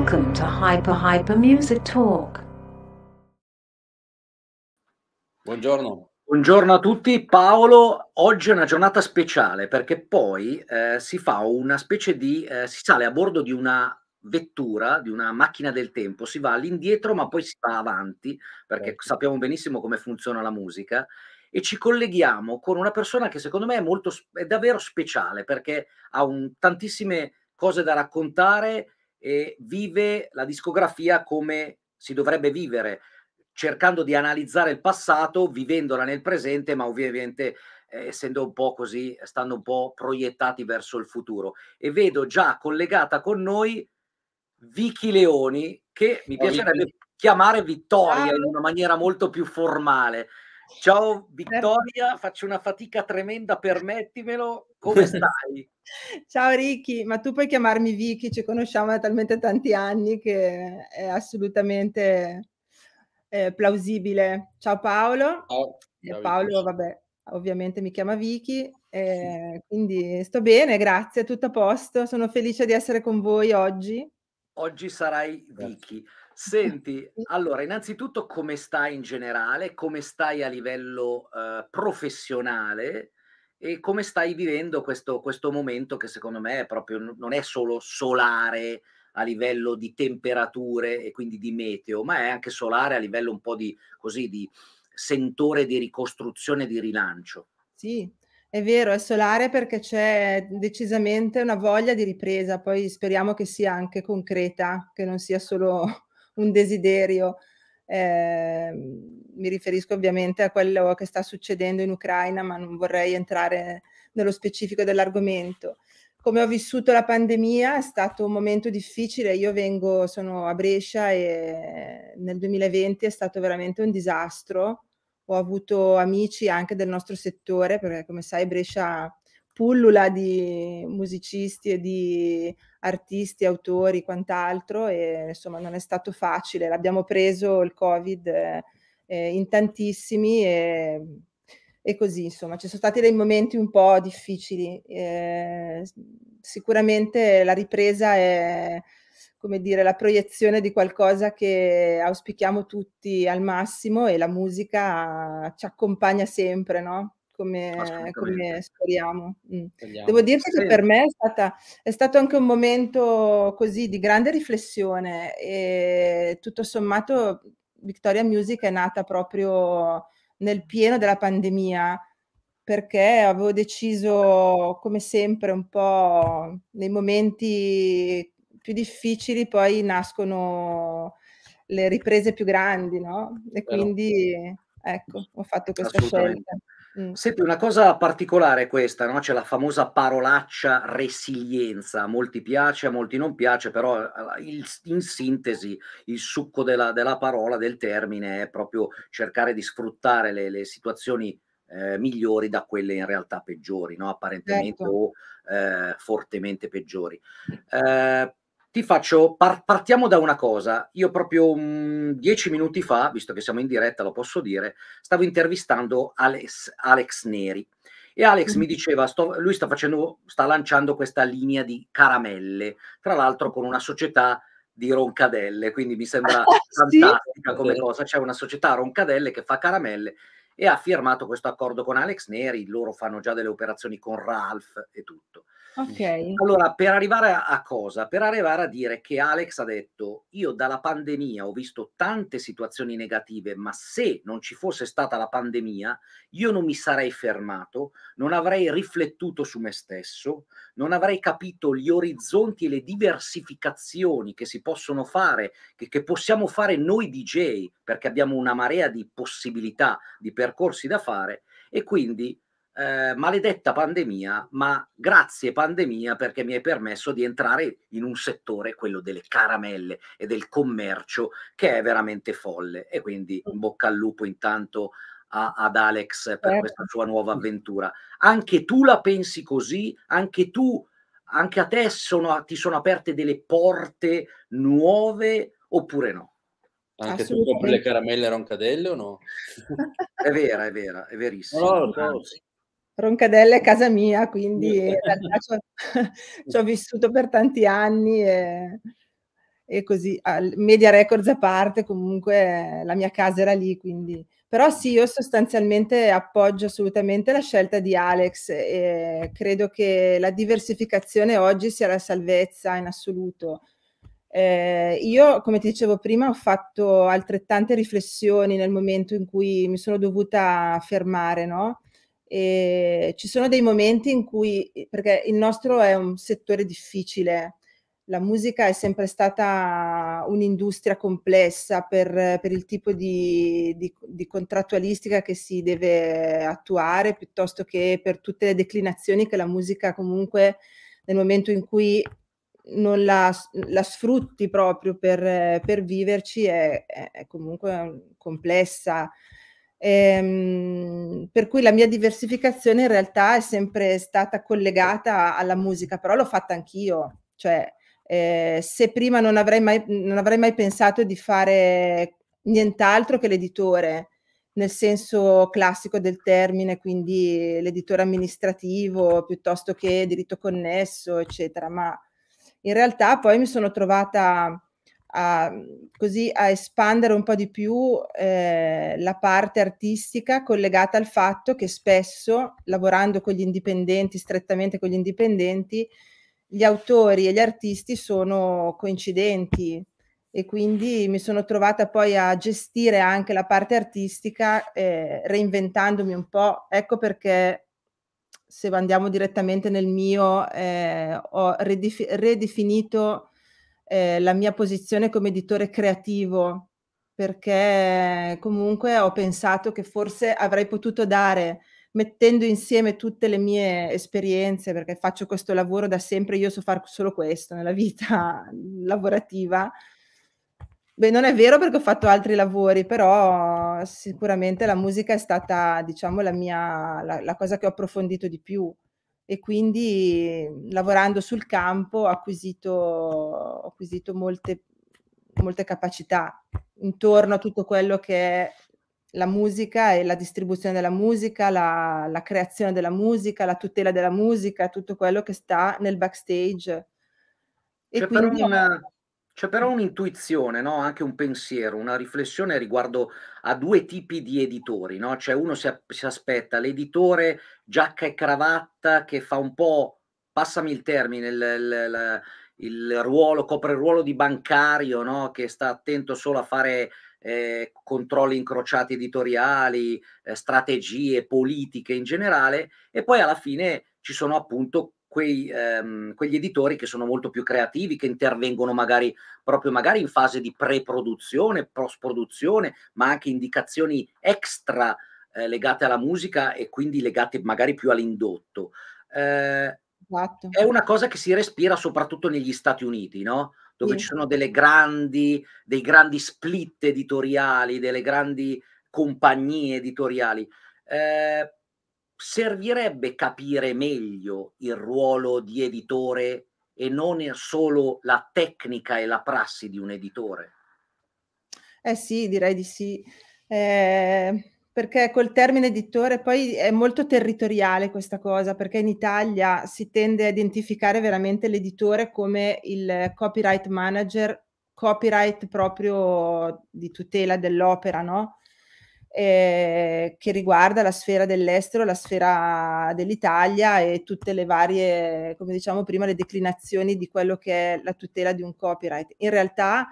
Welcome to Hyper Music Talk. Buongiorno. Buongiorno a tutti. Paolo, oggi è una giornata speciale perché poi si fa una specie di si sale a bordo di una vettura, di una macchina del tempo, si va all'indietro ma poi si va avanti, perché sappiamo benissimo come funziona la musica, e ci colleghiamo con una persona che secondo me è davvero speciale, perché ha tantissime cose da raccontare e vive la discografia come si dovrebbe vivere, cercando di analizzare il passato, vivendola nel presente, ma ovviamente essendo un po' così, stando un po' proiettati verso il futuro. E vedo già collegata con noi Vicky Leoni, che mi piacerebbe chiamare Vittoria in una maniera molto più formale. Ciao Vittoria, faccio una fatica tremenda, permettimelo. Come stai? Ciao Ricky, ma tu puoi chiamarmi Vicky, ci conosciamo da talmente tanti anni che è assolutamente plausibile. Ciao Paolo. Ciao. Paolo, vabbè, ovviamente mi chiama Vicky, quindi sto bene, grazie, tutto a posto. Sono felice di essere con voi oggi. Oggi sarai Vicky. Senti, allora, innanzitutto come stai in generale, come stai a livello professionale e come stai vivendo questo momento che secondo me è proprio, non è solo solare a livello di temperature e quindi di meteo, ma è anche solare a livello un po' di così di sentore di ricostruzione, di rilancio. Sì, è vero, è solare perché c'è decisamente una voglia di ripresa, poi speriamo che sia anche concreta, che non sia solo un desiderio. Mi riferisco ovviamente a quello che sta succedendo in Ucraina, ma non vorrei entrare nello specifico dell'argomento. Come ho vissuto la pandemia, è stato un momento difficile. Sono a Brescia e nel 2020 è stato veramente un disastro. Ho avuto amici anche del nostro settore, perché come sai Brescia pullula di musicisti e di artisti, autori, quant'altro, e insomma non è stato facile. L'abbiamo preso il Covid in tantissimi e così, insomma, ci sono stati dei momenti un po' difficili. Sicuramente la ripresa è, come dire, la proiezione di qualcosa che auspichiamo tutti al massimo, e la musica ci accompagna sempre, no? Come speriamo. Devo dirti che per me è stato anche un momento così di grande riflessione, e tutto sommato Victoria Music è nata proprio nel pieno della pandemia, perché avevo deciso, come sempre, un po' nei momenti più difficili poi nascono le riprese più grandi, no? E quindi ecco, ho fatto questa scelta. Senti, una cosa particolare è questa, no? C'è la famosa parolaccia resilienza, a molti piace, a molti non piace, però in sintesi il succo della parola, del termine, è proprio cercare di sfruttare le situazioni migliori da quelle in realtà peggiori, no? Apparentemente o fortemente peggiori. Partiamo da una cosa. Io proprio 10 minuti fa, visto che siamo in diretta, lo posso dire, stavo intervistando Alex Neri, e Alex mi diceva, lui sta lanciando questa linea di caramelle, tra l'altro con una società di Roncadelle, quindi mi sembra fantastica come cosa. C'è una società Roncadelle che fa caramelle e ha firmato questo accordo con Alex Neri. Loro fanno già delle operazioni con Ralph e tutto. Okay. Allora, per arrivare a cosa? Per arrivare a dire che Alex ha detto: io dalla pandemia ho visto tante situazioni negative, ma se non ci fosse stata la pandemia io non mi sarei fermato, non avrei riflettuto su me stesso, non avrei capito gli orizzonti e le diversificazioni che si possono fare, che possiamo fare noi DJ, perché abbiamo una marea di possibilità, di percorsi da fare, e quindi maledetta pandemia, ma grazie pandemia perché mi hai permesso di entrare in un settore, quello delle caramelle e del commercio, che è veramente folle. E quindi in bocca al lupo intanto ad Alex per questa sua nuova avventura. Anche tu la pensi così? Anche a te ti sono aperte delle porte nuove oppure no? Anche tu compri le caramelle Roncadelle o no? È vera, è verissimo. No, lo so, sì. Roncadelle è casa mia, quindi in realtà ci ho vissuto per tanti anni e così, Media Records a parte, comunque la mia casa era lì, quindi. Però sì, io sostanzialmente appoggio assolutamente la scelta di Alex e credo che la diversificazione oggi sia la salvezza in assoluto. Io, come ti dicevo prima, ho fatto altrettante riflessioni nel momento in cui mi sono dovuta fermare, no? E ci sono dei momenti in cui, perché il nostro è un settore difficile, la musica è sempre stata un'industria complessa per il tipo di contrattualistica che si deve attuare, piuttosto che per tutte le declinazioni che la musica comunque nel momento in cui non la sfrutti proprio per viverci è comunque complessa. Per cui la mia diversificazione in realtà è sempre stata collegata alla musica, però l'ho fatta anch'io, cioè se prima non avrei mai pensato di fare nient'altro che l'editore, nel senso classico del termine, quindi l'editore amministrativo piuttosto che diritto connesso, eccetera, ma in realtà poi mi sono trovata così a espandere un po' di più la parte artistica collegata al fatto che spesso, lavorando con gli indipendenti, strettamente con gli indipendenti, gli autori e gli artisti sono coincidenti e quindi mi sono trovata poi a gestire anche la parte artistica reinventandomi un po'. Ecco perché se andiamo direttamente nel mio, ho ridefinito la mia posizione come editore creativo, perché comunque ho pensato che forse avrei potuto dare, mettendo insieme tutte le mie esperienze, perché faccio questo lavoro da sempre, io so far solo questo nella vita lavorativa. Beh, non è vero perché ho fatto altri lavori, però sicuramente la musica è stata, diciamo, la cosa che ho approfondito di più e quindi lavorando sul campo ho acquisito molte capacità intorno a tutto quello che è la musica e la distribuzione della musica, la creazione della musica, la tutela della musica, tutto quello che sta nel backstage. E C'è però quindi c'è però un'intuizione, no? Anche un pensiero, una riflessione riguardo a due tipi di editori, no? Cioè uno si aspetta l'editore giacca e cravatta che fa un po', passami il termine, il ruolo, copre il ruolo di bancario, no? Che sta attento solo a fare controlli incrociati editoriali, strategie, politiche in generale, e poi alla fine ci sono appunto quegli editori che sono molto più creativi, che intervengono magari in fase di pre-produzione, post-produzione, ma anche indicazioni extra legate alla musica e quindi legate magari più all'indotto. esatto, È una cosa che si respira soprattutto negli Stati Uniti, no? Dove sì. ci sono dei grandi split editoriali, delle grandi compagnie editoriali. Servirebbe capire meglio il ruolo di editore e non solo la tecnica e la prassi di un editore. Eh sì, direi di sì. Perché col termine editore poi è molto territoriale questa cosa, perché in Italia si tende a identificare veramente l'editore come il copyright manager, copyright proprio di tutela dell'opera, no, che riguarda la sfera dell'estero, la sfera dell'Italia e tutte le varie, come diciamo prima, le declinazioni di quello che è la tutela di un copyright. In realtà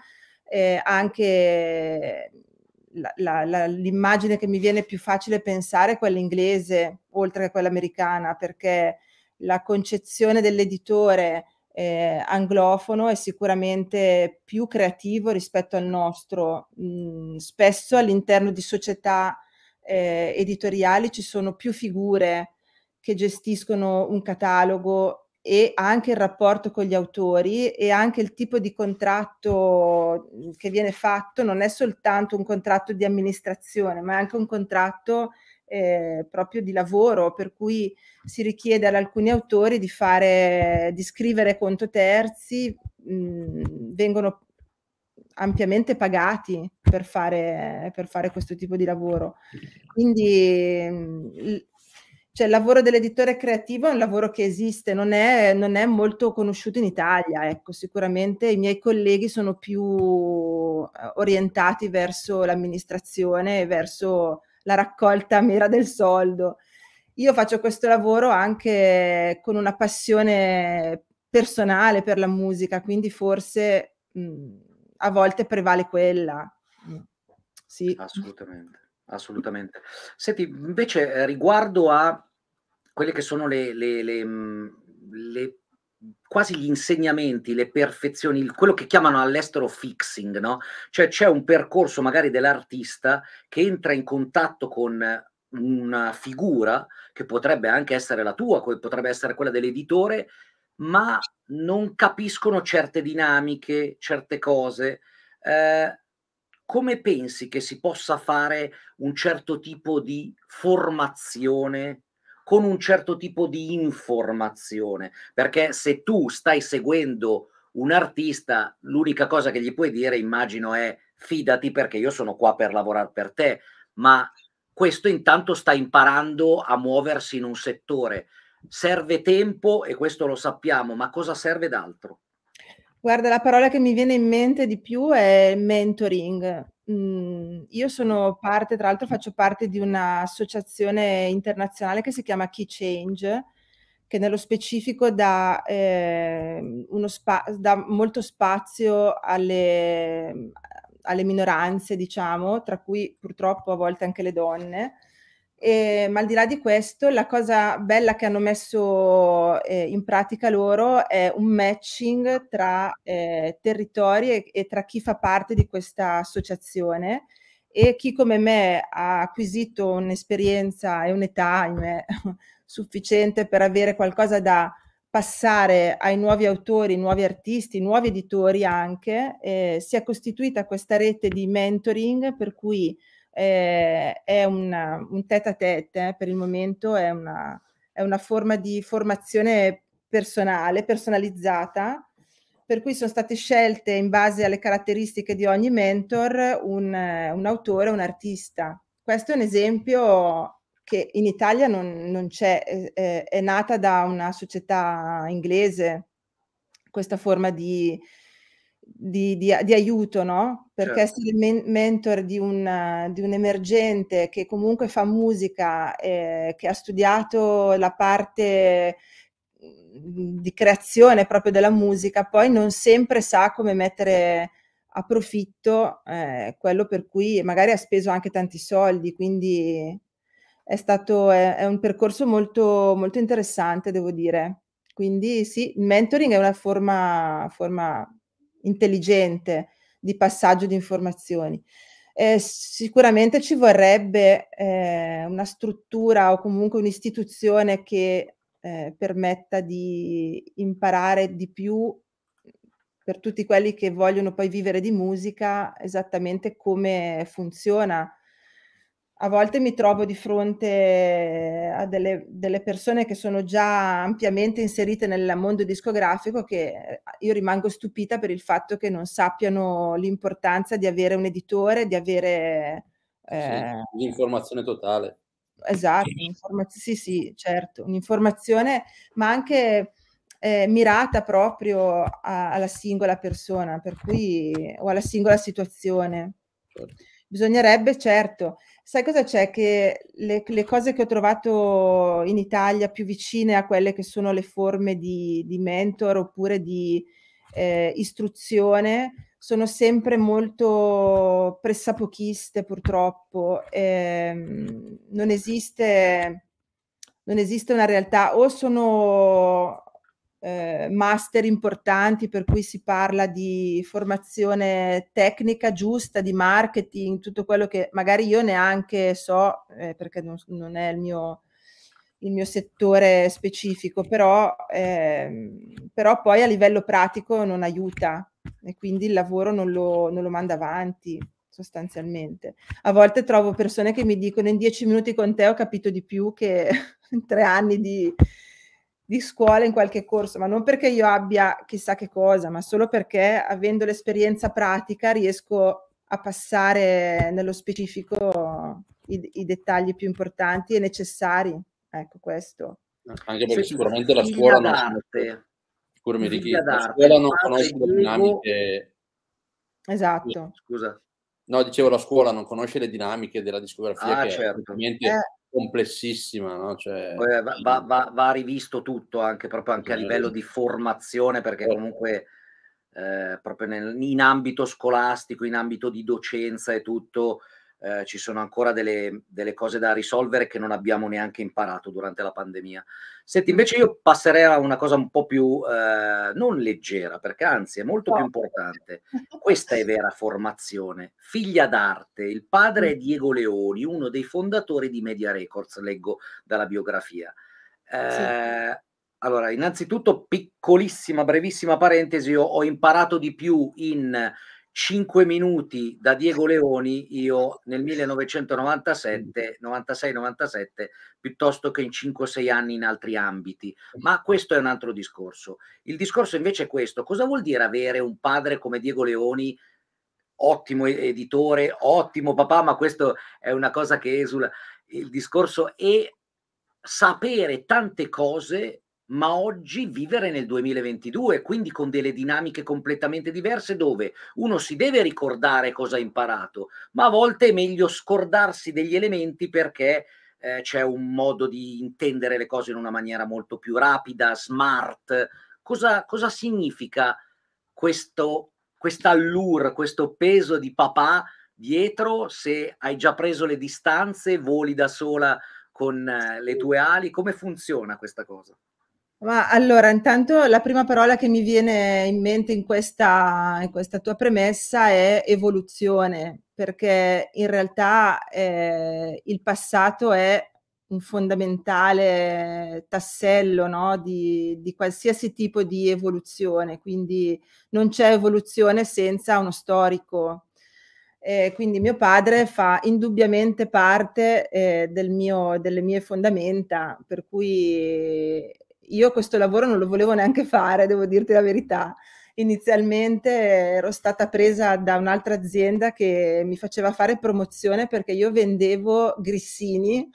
anche l'immagine che mi viene più facile pensare è quella inglese, oltre che quella americana, perché la concezione dell'editore anglofono è sicuramente più creativo rispetto al nostro. Spesso all'interno di società editoriali ci sono più figure che gestiscono un catalogo e anche il rapporto con gli autori e anche il tipo di contratto che viene fatto non è soltanto un contratto di amministrazione, ma è anche un contratto proprio di lavoro, per cui si richiede ad alcuni autori di scrivere conto terzi, vengono ampiamente pagati per fare questo tipo di lavoro. Quindi cioè il lavoro dell'editore creativo è un lavoro che esiste, non è molto conosciuto in Italia, ecco. Sicuramente i miei colleghi sono più orientati verso l'amministrazione e verso la raccolta mera del soldo. Io faccio questo lavoro anche con una passione personale per la musica, quindi forse a volte prevale quella. Sì. Assolutamente, assolutamente. Senti, invece riguardo a quelle che sono quasi gli insegnamenti, le perfezioni, quello che chiamano all'estero fixing, no? Cioè c'è un percorso magari dell'artista che entra in contatto con una figura che potrebbe anche essere la tua, potrebbe essere quella dell'editore, ma non capiscono certe dinamiche, certe cose. Come pensi che si possa fare un certo tipo di formazione con un certo tipo di informazione? Perché se tu stai seguendo un artista, l'unica cosa che gli puoi dire, immagino, è fidati perché io sono qua per lavorare per te, ma questo intanto sta imparando a muoversi in un settore. Serve tempo e questo lo sappiamo, ma cosa serve d'altro? Guarda, la parola che mi viene in mente di più è mentoring. Io sono parte, tra l'altro faccio parte di un'associazione internazionale che si chiama Key Change, che nello specifico dà molto spazio alle minoranze, diciamo, tra cui purtroppo a volte anche le donne. Ma al di là di questo, la cosa bella che hanno messo in pratica loro è un matching tra territori e tra chi fa parte di questa associazione e chi come me ha acquisito un'esperienza e un'età, ahimè, sufficiente per avere qualcosa da passare ai nuovi autori, nuovi artisti, nuovi editori anche. Si è costituita questa rete di mentoring per cui è un tête-à-tête, per il momento è una forma di formazione personale, personalizzata, per cui sono state scelte in base alle caratteristiche di ogni mentor un autore, un artista. Questo è un esempio che in Italia non c'è, è nata da una società inglese, questa forma di aiuto, no? Perché Certo. essere mentor di un emergente che comunque fa musica, che ha studiato la parte di creazione proprio della musica, poi non sempre sa come mettere a profitto quello per cui magari ha speso anche tanti soldi, quindi è un percorso molto, molto interessante, devo dire. Quindi sì, il mentoring è una forma intelligente di passaggio di informazioni. Sicuramente ci vorrebbe una struttura o comunque un'istituzione che permetta di imparare di più per tutti quelli che vogliono poi vivere di musica, esattamente come funziona. A volte mi trovo di fronte a delle persone che sono già ampiamente inserite nel mondo discografico che io rimango stupita per il fatto che non sappiano l'importanza di avere un editore, di avere Sì, l'informazione totale. esatto, sì, sì, certo, un'informazione, ma anche mirata proprio alla singola persona, per cui o alla singola situazione. Certo. Bisognerebbe, certo. Sai cosa c'è? Che le cose che ho trovato in Italia più vicine a quelle che sono le forme di mentor oppure di istruzione sono sempre molto pressapochiste purtroppo. Non esiste una realtà, o sono master importanti per cui si parla di formazione tecnica giusta, di marketing, tutto quello che magari io neanche so, perché non è il mio settore specifico, però poi a livello pratico non aiuta e quindi il lavoro non lo manda avanti sostanzialmente. A volte trovo persone che mi dicono: in 10 minuti con te ho capito di più che in 3 anni di scuola in qualche corso, ma non perché io abbia chissà che cosa, ma solo perché avendo l'esperienza pratica riesco a passare nello specifico i dettagli più importanti e necessari. Ecco questo. Anche perché Senti, sicuramente la figlia scuola non conosce, d'arte, scusami figlia Ricky, la d'arte, scuola il non padre conosce le Diego dinamiche. Esatto. scusa. No, dicevo la scuola non conosce le dinamiche della discografia Ah, che è certo. Eh, assolutamente complessissima, no, cioè Va rivisto tutto anche proprio anche a livello di formazione, perché certo. comunque, proprio in ambito scolastico, in ambito di docenza e tutto, ci sono ancora delle cose da risolvere che non abbiamo neanche imparato durante la pandemia. Senti, mh. invece io passerei a una cosa un po' più, non leggera, perché anzi è molto più No. importante. Questa è vera formazione. Figlia d'arte, il padre è Diego Leoni, uno dei fondatori di Media Records, leggo dalla biografia. Sì. Allora, innanzitutto, piccolissima, brevissima parentesi, io ho imparato di più in 5 minuti da Diego Leoni, io nel 1997, 96-97, piuttosto che in 5 o 6 anni in altri ambiti. Ma questo è un altro discorso. Il discorso invece è questo: cosa vuol dire avere un padre come Diego Leoni, ottimo editore, ottimo papà, ma questo è una cosa che esula il discorso, e sapere tante cose, ma oggi vivere nel 2022, quindi con delle dinamiche completamente diverse, dove uno si deve ricordare cosa ha imparato, ma a volte è meglio scordarsi degli elementi perché c'è un modo di intendere le cose in una maniera molto più rapida, smart. Cosa significa quest'allure, questo peso di papà dietro, se hai già preso le distanze, voli da sola con le tue ali? Come funziona questa cosa? Ma allora, intanto la prima parola che mi viene in mente in questa tua premessa è evoluzione, perché in realtà, il passato è un fondamentale tassello, no, di qualsiasi tipo di evoluzione, quindi non c'è evoluzione senza uno storico. Quindi mio padre fa indubbiamente parte, delle mie fondamenta, per cui io questo lavoro non lo volevo neanche fare, devo dirti la verità. Inizialmente ero stata presa da un'altra azienda che mi faceva fare promozione perché io vendevo grissini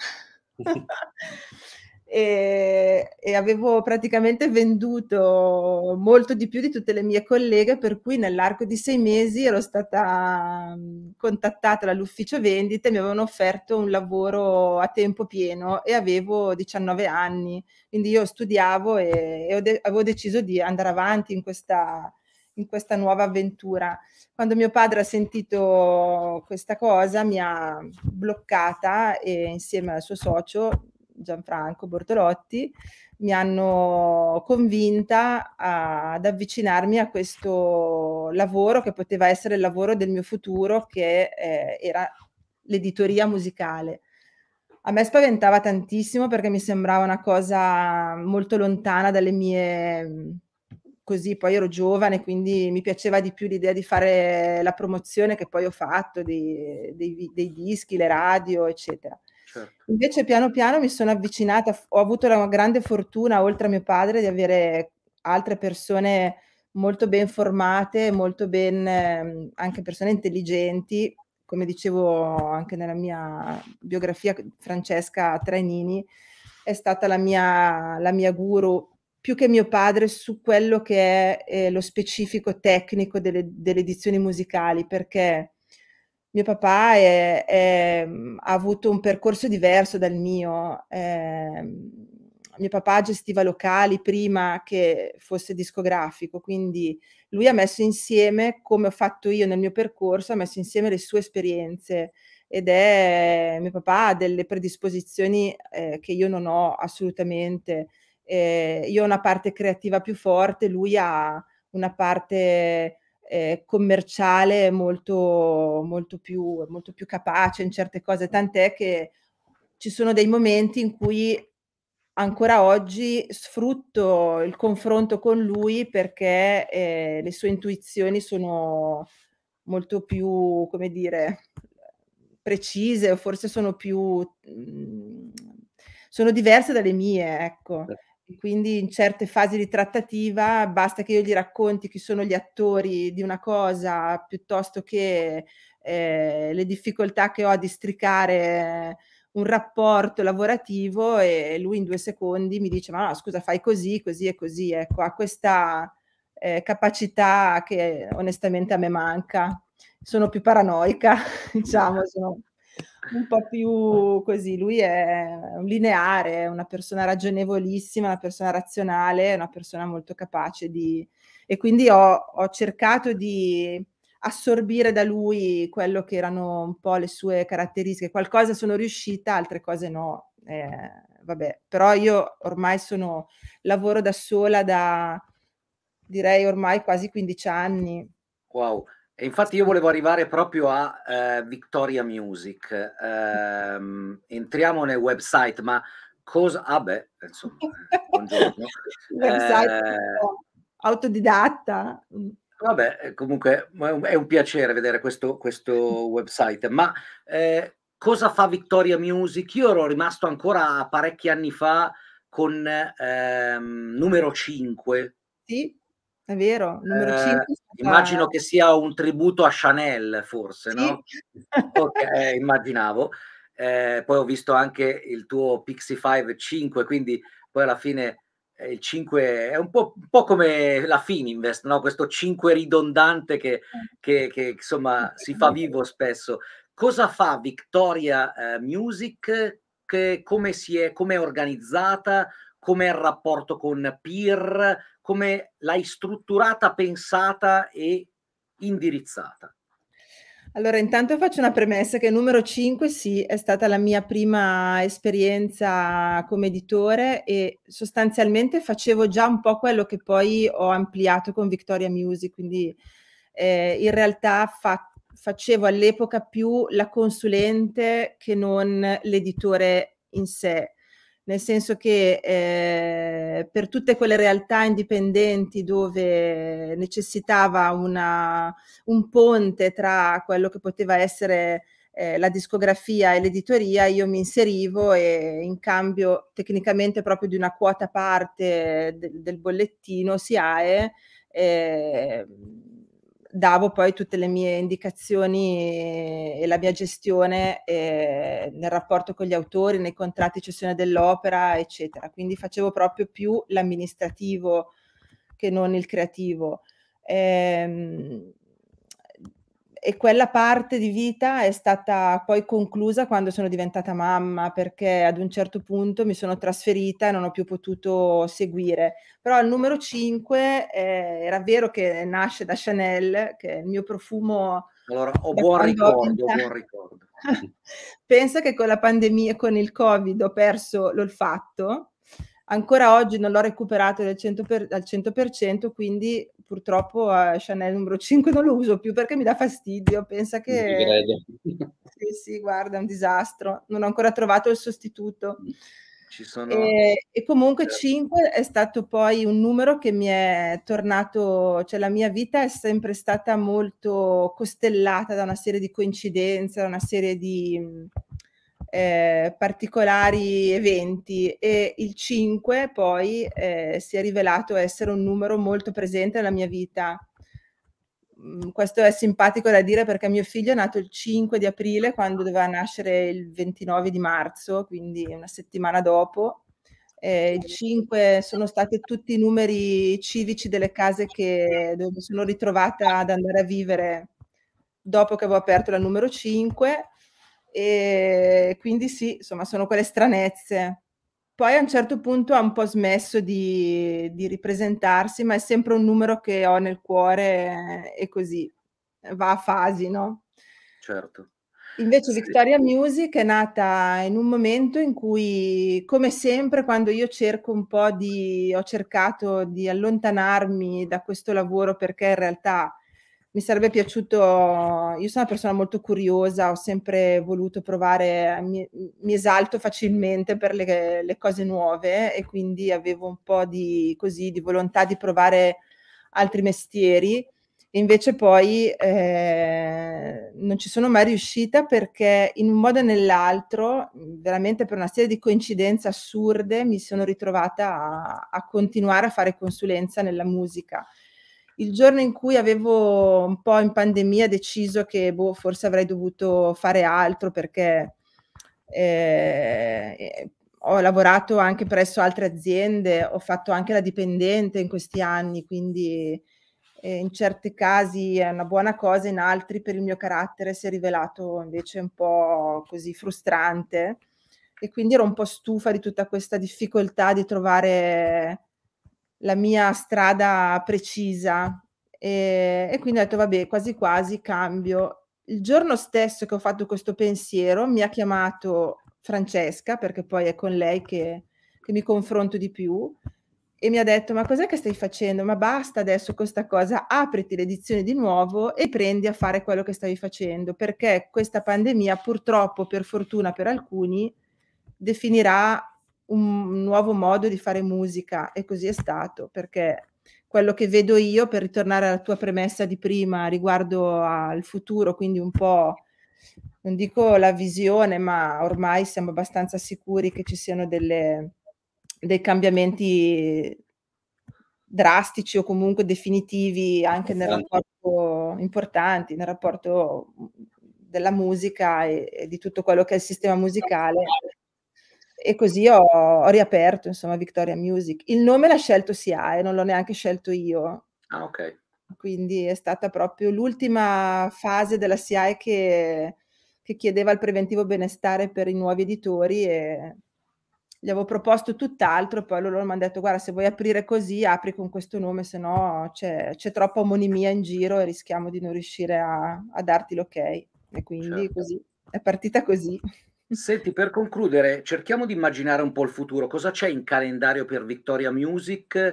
e avevo praticamente venduto molto di più di tutte le mie colleghe, per cui nell'arco di 6 mesi ero stata, contattata dall'ufficio vendite e mi avevano offerto un lavoro a tempo pieno e avevo 19 anni. Quindi io studiavo e avevo deciso di andare avanti in questa nuova avventura. Quando mio padre ha sentito questa cosa mi ha bloccata e insieme al suo socio Gianfranco Bortolotti mi hanno convinta ad avvicinarmi a questo lavoro che poteva essere il lavoro del mio futuro, che era l'editoria musicale. A me spaventava tantissimo perché mi sembrava una cosa molto lontana dalle mie così, poi ero giovane, quindi mi piaceva di più l'idea di fare la promozione che poi ho fatto dei dischi, le radio, eccetera. Certo. Invece piano piano mi sono avvicinata, ho avuto la grande fortuna, oltre a mio padre, di avere altre persone molto ben formate, molto ben anche persone intelligenti, come dicevo anche nella mia biografia, Francesca Trainini è stata la mia guru, più che mio padre, su quello che è, lo specifico tecnico delle edizioni musicali, perché mio papà ha avuto un percorso diverso dal mio. Mio papà gestiva locali prima che fosse discografico, quindi lui ha messo insieme, come ho fatto io nel mio percorso, ha messo insieme le sue esperienze mio papà ha delle predisposizioni, che io non ho assolutamente. Io ho una parte creativa più forte, lui ha una parte, commerciale molto più capace in certe cose, tant'è che ci sono dei momenti in cui ancora oggi sfrutto il confronto con lui perché, le sue intuizioni sono molto più, come dire, precise o forse sono più sono diverse dalle mie, ecco. E quindi in certe fasi di trattativa basta che io gli racconti chi sono gli attori di una cosa, piuttosto che, le difficoltà che ho a districare un rapporto lavorativo e lui in 2 secondi mi dice: "Ma no, scusa, fai così, così e così." Ecco, ha questa, capacità che onestamente a me manca. Sono più paranoica, diciamo, sono un po' più così. Lui è un lineare, è una persona ragionevolissima, una persona razionale, è una persona molto capace di e quindi ho cercato di assorbire da lui quello che erano un po' le sue caratteristiche. Qualcosa sono riuscita, altre cose no. Vabbè, però io ormai lavoro da sola da direi ormai quasi 15 anni. Wow. E infatti io volevo arrivare proprio a Victoria Music. Entriamo nel website, ma cosa ah beh, insomma, buongiorno. Il website Ehm, autodidatta. Vabbè, comunque è un piacere vedere questo website, ma, cosa fa Victoria Music? Io ero rimasto ancora parecchi anni fa con, Numero 5. Sì, è vero, numero 5 è stata Immagino che sia un tributo a Chanel forse, sì. no? Okay, immaginavo. Poi ho visto anche il tuo Pixie 5 5, quindi poi alla fine, il 5 è un po' come la Fininvest, no, questo 5 ridondante che insomma si fa vivo spesso. Cosa fa Victoria, Music? Come è organizzata? Com'è il rapporto con peer? Come l'hai strutturata, pensata e indirizzata? Allora, intanto faccio una premessa che numero 5 sì, è stata la mia prima esperienza come editore e sostanzialmente facevo già un po' quello che poi ho ampliato con Victoria Music, quindi, in realtà facevo all'epoca più la consulente che non l'editore in sé. Nel senso che, per tutte quelle realtà indipendenti dove necessitava un ponte tra quello che poteva essere, la discografia e l'editoria, io mi inserivo e in cambio tecnicamente proprio di una quota parte del bollettino SIAE, davo poi tutte le mie indicazioni e la mia gestione, nel rapporto con gli autori, nei contratti di cessione dell'opera, eccetera. Quindi facevo proprio più l'amministrativo che non il creativo. Ehm, e quella parte di vita è stata poi conclusa quando sono diventata mamma, perché ad un certo punto mi sono trasferita e non ho più potuto seguire. Però il numero 5, era vero che nasce da Chanel, che è il mio profumo Allora ho da buon quando ho ricordo, 20 ho a buon ricordo. pensa che con la pandemia e con il Covid ho perso l'olfatto. Ancora oggi non l'ho recuperato al 100%, quindi purtroppo, Chanel numero 5 non lo uso più perché mi dà fastidio. Pensa Non ti che credo. sì, sì, guarda, è un disastro. Non ho ancora trovato il sostituto. Ci sono E comunque certo. 5 è stato poi un numero che mi è tornato cioè la mia vita è sempre stata molto costellata da una serie di coincidenze, da una serie di, particolari eventi e il 5 poi, si è rivelato essere un numero molto presente nella mia vita. Questo è simpatico da dire perché mio figlio è nato il 5 di aprile quando doveva nascere il 29 di marzo, quindi una settimana dopo. Il 5 sono stati tutti i numeri civici delle case dove mi sono ritrovata ad andare a vivere dopo che avevo aperto la numero 5 e quindi sì, insomma sono quelle stranezze. Poi a un certo punto ha un po' smesso di ripresentarsi, ma è sempre un numero che ho nel cuore e così, va a fasi, no? Certo. Invece Sì. Victoria Music è nata in un momento in cui, come sempre, quando io ho cercato di allontanarmi da questo lavoro perché in realtà mi sarebbe piaciuto io sono una persona molto curiosa, ho sempre voluto provare mi esalto facilmente per le cose nuove e quindi avevo un po' di volontà di provare altri mestieri. Invece poi, non ci sono mai riuscita perché in un modo o nell'altro, veramente per una serie di coincidenze assurde, mi sono ritrovata a continuare a fare consulenza nella musica. Il giorno in cui avevo un po' in pandemia deciso che, boh, forse avrei dovuto fare altro perché, Ho lavorato anche presso altre aziende, ho fatto anche la dipendente in questi anni, quindi in certi casi è una buona cosa, in altri per il mio carattere si è rivelato invece un po' così frustrante, e quindi ero un po' stufa di tutta questa difficoltà di trovare la mia strada precisa, e quindi ho detto: "Vabbè, quasi quasi cambio". Il giorno stesso che ho fatto questo pensiero mi ha chiamato Francesca, perché poi è con lei che mi confronto di più, e mi ha detto: "Ma cos'è che stai facendo? Ma basta adesso con 'sta cosa, apriti le edizioni di nuovo e prendi a fare quello che stavi facendo, perché questa pandemia purtroppo, per fortuna per alcuni, definirà un nuovo modo di fare musica", e così è stato, perché quello che vedo io, per ritornare alla tua premessa di prima riguardo al futuro, quindi un po', non dico la visione, ma ormai siamo abbastanza sicuri che ci siano dei cambiamenti drastici o comunque definitivi anche nel rapporto, importanti nel rapporto, della musica e di tutto quello che è il sistema musicale. E così ho riaperto insomma Victoria Music. Il nome l'ha scelto SIAE, non l'ho neanche scelto io. Ah, okay. Quindi è stata proprio l'ultima fase della SIAE che chiedeva il preventivo benestare per i nuovi editori, e gli avevo proposto tutt'altro, poi loro m'han detto: "Guarda, se vuoi aprire così, apri con questo nome, se no c'è troppa omonimia in giro e rischiamo di non riuscire a darti l'ok". E quindi Certo. così, è partita così. Senti, per concludere, cerchiamo di immaginare un po' il futuro. Cosa c'è in calendario per Victoria Music?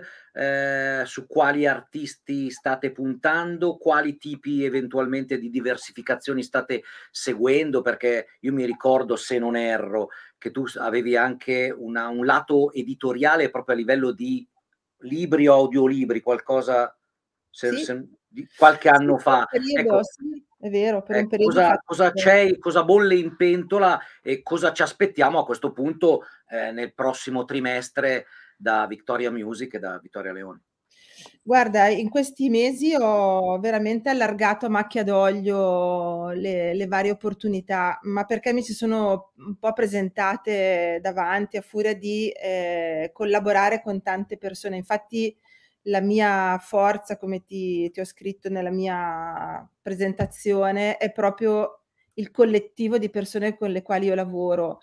Su quali artisti state puntando? Quali tipi eventualmente di diversificazioni state seguendo? Perché io mi ricordo, se non erro, che tu avevi anche un lato editoriale proprio a livello di libri o audiolibri, qualcosa Sì. di qualche Sì, anno per un fa. periodo Ecco, sì, è vero, per un ecco, periodo ho cosa fatto. c'è, cosa bolle in pentola e cosa ci aspettiamo a questo punto, nel prossimo trimestre da Victoria Music e da Vittoria Leone? Guarda, in questi mesi ho veramente allargato a macchia d'olio le varie opportunità, ma perché mi si sono un po' presentate davanti a furia di, collaborare con tante persone. Infatti la mia forza, come ti ho scritto nella mia presentazione, è proprio il collettivo di persone con le quali io lavoro,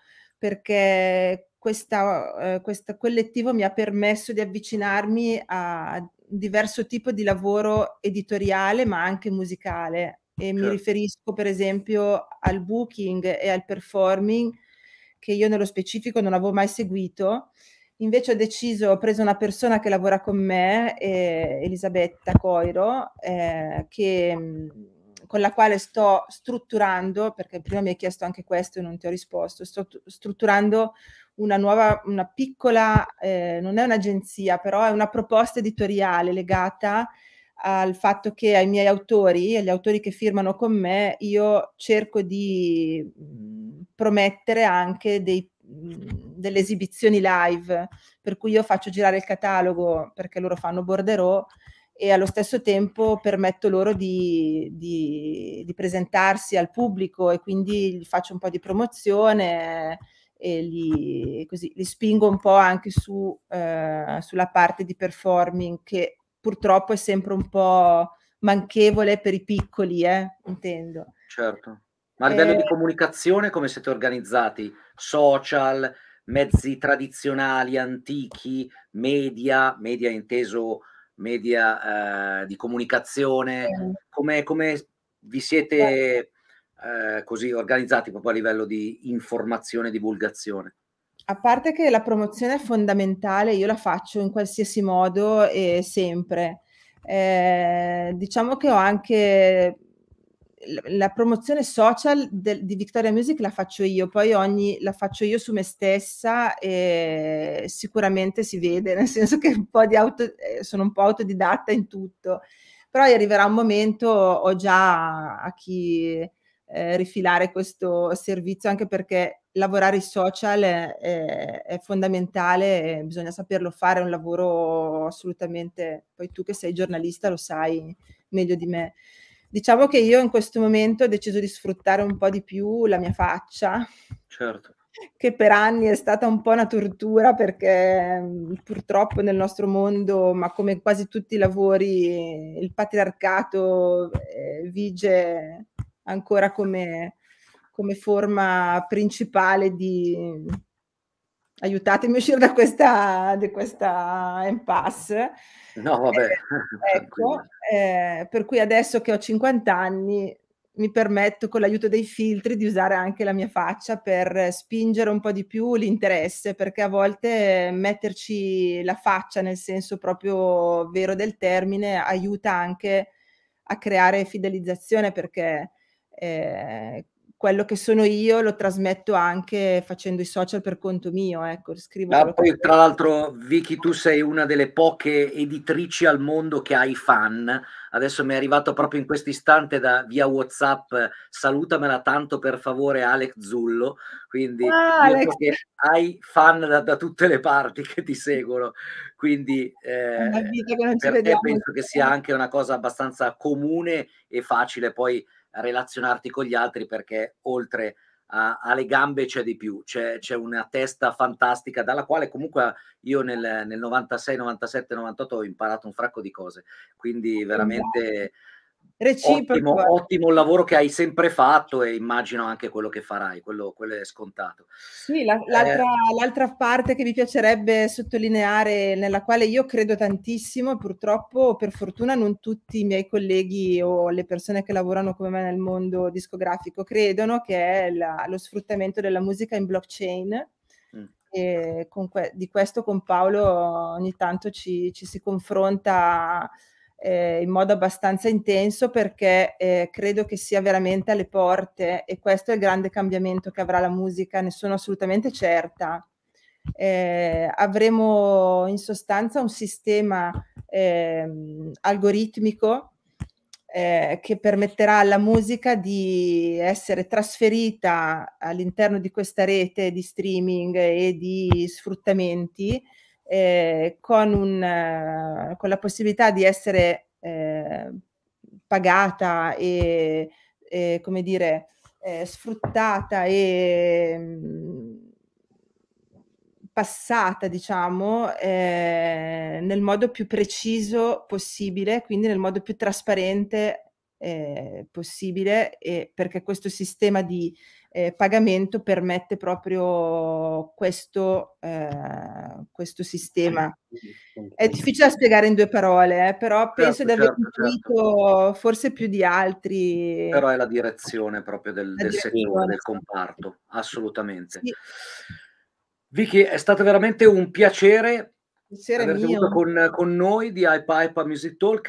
perché questo collettivo mi ha permesso di avvicinarmi a diverso tipo di lavoro editoriale, ma anche musicale, e mi Certo, riferisco per esempio al booking e al performing, che io nello specifico non avevo mai seguito. Invece ho preso una persona che lavora con me, Elisabetta Coiro, con la quale sto strutturando, perché prima mi hai chiesto anche questo e non ti ho risposto, strutturando una piccola, non è un'agenzia, però è una proposta editoriale legata al fatto che ai miei autori, agli autori che firmano con me, io cerco di, promettere anche delle esibizioni live, per cui io faccio girare il catalogo perché loro fanno borderò, e allo stesso tempo permetto loro di presentarsi al pubblico, e quindi gli faccio un po' di promozione e li spingo un po' anche sulla parte di performing, che purtroppo è sempre un po' manchevole per i piccoli, intendo. certo. Ma a livello Ehm, di comunicazione come siete organizzati? Social, mezzi tradizionali, antichi, media inteso media, di comunicazione? Come vi siete, così organizzati proprio a livello di informazione e divulgazione? A parte che la promozione è fondamentale, io la faccio in qualsiasi modo e sempre. Diciamo che ho anche la promozione social di Victoria Music la faccio io, poi la faccio io su me stessa e sicuramente si vede, nel senso che sono un po' autodidatta in tutto. Però arriverà un momento, ho già a chi rifilare questo servizio, anche perché lavorare i social è fondamentale, e bisogna saperlo fare, è un lavoro assolutamente, poi tu che sei giornalista lo sai meglio di me. Diciamo che io in questo momento ho deciso di sfruttare un po' di più la mia faccia, Certo. che per anni è stata un po' una tortura perché, purtroppo nel nostro mondo, ma come quasi tutti i lavori, il patriarcato, vige ancora come forma principale di aiutatemi a uscire da questa impasse. No, vabbè, Ecco, tranquilla. per cui adesso che ho 50 anni, mi permetto con l'aiuto dei filtri di usare anche la mia faccia per spingere un po' di più l'interesse, perché a volte metterci la faccia, nel senso proprio vero del termine, aiuta anche a creare fidelizzazione perché, ehm, quello che sono io lo trasmetto anche facendo i social per conto mio, ecco, scrivo Ah, quello che poi tra penso. l'altro Vicky, tu sei una delle poche editrici al mondo che ha i fan. Adesso mi è arrivato proprio in questo istante via WhatsApp, salutamela tanto per favore Alex Zullo, quindi Ah, io so Alex, che hai fan da tutte le parti che ti seguono, quindi è una vita che non ci per te vediamo penso che sia insieme. anche una cosa abbastanza comune e facile poi relazionarti con gli altri perché oltre alle gambe c'è di più, c'è una testa fantastica dalla quale comunque io nel 96, 97, 98 ho imparato un fracco di cose, quindi veramente Reciproco. ottimo il lavoro che hai sempre fatto e immagino anche quello che farai, quello è scontato. Sì, Eh, l'altra parte che mi piacerebbe sottolineare, nella quale io credo tantissimo, purtroppo, per fortuna non tutti i miei colleghi o le persone che lavorano come me nel mondo discografico credono, che è lo sfruttamento della musica in blockchain. mh, E di questo con Paolo ogni tanto ci si confronta, in modo abbastanza intenso perché, credo che sia veramente alle porte e questo è il grande cambiamento che avrà la musica, ne sono assolutamente certa. Avremo in sostanza un sistema, algoritmico, che permetterà alla musica di essere trasferita all'interno di questa rete di streaming e di sfruttamenti, con la possibilità di essere, pagata come dire, sfruttata passata diciamo, nel modo più preciso possibile, quindi nel modo più trasparente, possibile, perché questo sistema di, pagamento permette proprio questo sistema. È difficile da spiegare in 2 parole, però penso certo, di aver certo, certo. intuito forse più di altri Però è la direzione proprio la del settore, direzione, del sì. comparto, assolutamente. Sì, Vicky, è stato veramente un piacere piacere averti avuto mio. con noi di Hypa Hypa Music Talk.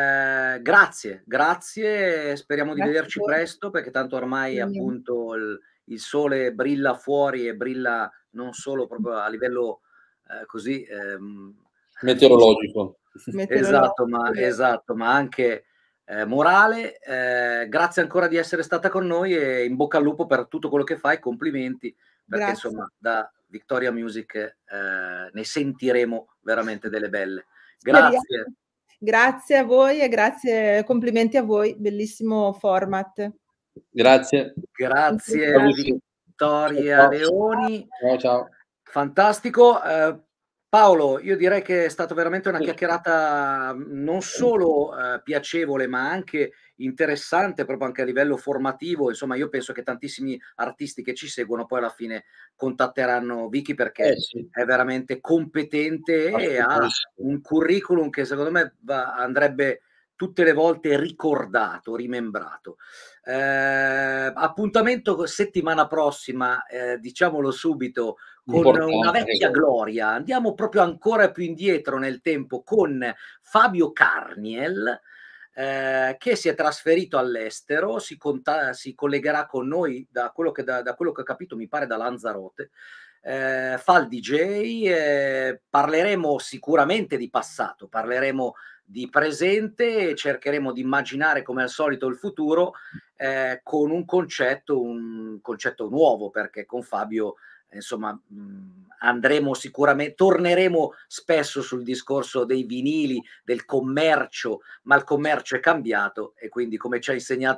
Grazie, speriamo di Grazie a vederci voi. presto perché tanto ormai Mio. appunto il sole brilla fuori e brilla non solo proprio a livello così fisico, Meteorologico. Meteorologico. esatto, ma anche morale. Grazie ancora di essere stata con noi e in bocca al lupo per tutto quello che fai, complimenti, perché Grazie. insomma da Victoria Music ne sentiremo veramente delle belle. Speriamo. Grazie, Grazie a voi e grazie complimenti a voi, bellissimo format. Grazie. grazie Ciao a Vicky. Ciao, Vittoria ciao. Leoni. Ciao, ciao. Fantastico. Paolo, io direi che è stata veramente una chiacchierata, non solo, piacevole, ma anche interessante, proprio anche a livello formativo. Insomma, io penso che tantissimi artisti che ci seguono poi alla fine contatteranno Vicky perché Sì, è veramente competente e ha assolutamente. un curriculum che secondo me andrebbe tutte le volte ricordato, rimembrato. Appuntamento settimana prossima, diciamolo subito, con una Importante anche vecchia quello. gloria. Andiamo proprio ancora più indietro nel tempo con Fabio Carniel, che si è trasferito all'estero, si collegherà con noi da quello che ho capito, mi pare da Lanzarote. Fa il DJ, parleremo sicuramente di passato, parleremo di presente e cercheremo di immaginare come al solito il futuro con un concetto nuovo, perché con Fabio insomma andremo sicuramente, torneremo spesso sul discorso dei vinili, del commercio, ma il commercio è cambiato e quindi come ci ha insegnato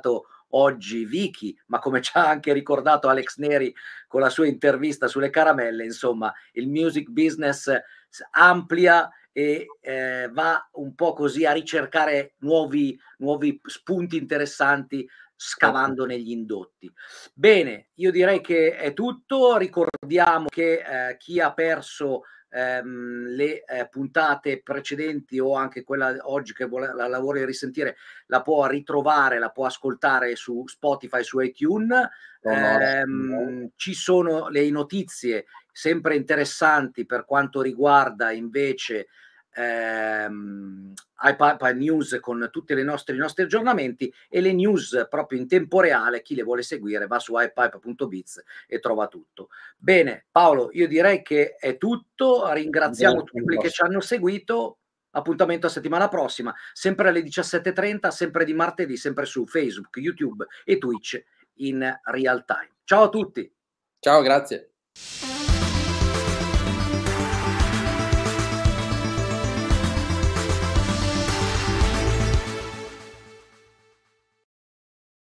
oggi Vicky, ma come ci ha anche ricordato Alex Neri con la sua intervista sulle caramelle, insomma, il music business amplia e va un po' così a ricercare nuovi spunti interessanti scavando negli indotti. Bene, io direi che è tutto. Ricordiamo che chi ha perso le puntate precedenti o anche quella oggi che la vuole risentire, la può ritrovare, la può ascoltare su Spotify, su iTunes. Ci sono le notizie sempre interessanti per quanto riguarda invece iPipe News con tutti i nostri aggiornamenti e le news proprio in tempo reale. Chi le vuole seguire va su iPipe.biz e trova tutto. Bene Paolo, io direi che è tutto, ringraziamo tutti quelli che ci hanno seguito, appuntamento a settimana prossima, sempre alle 17:30, sempre di martedì, sempre su Facebook, YouTube e Twitch in real time. Ciao a tutti. Ciao, grazie.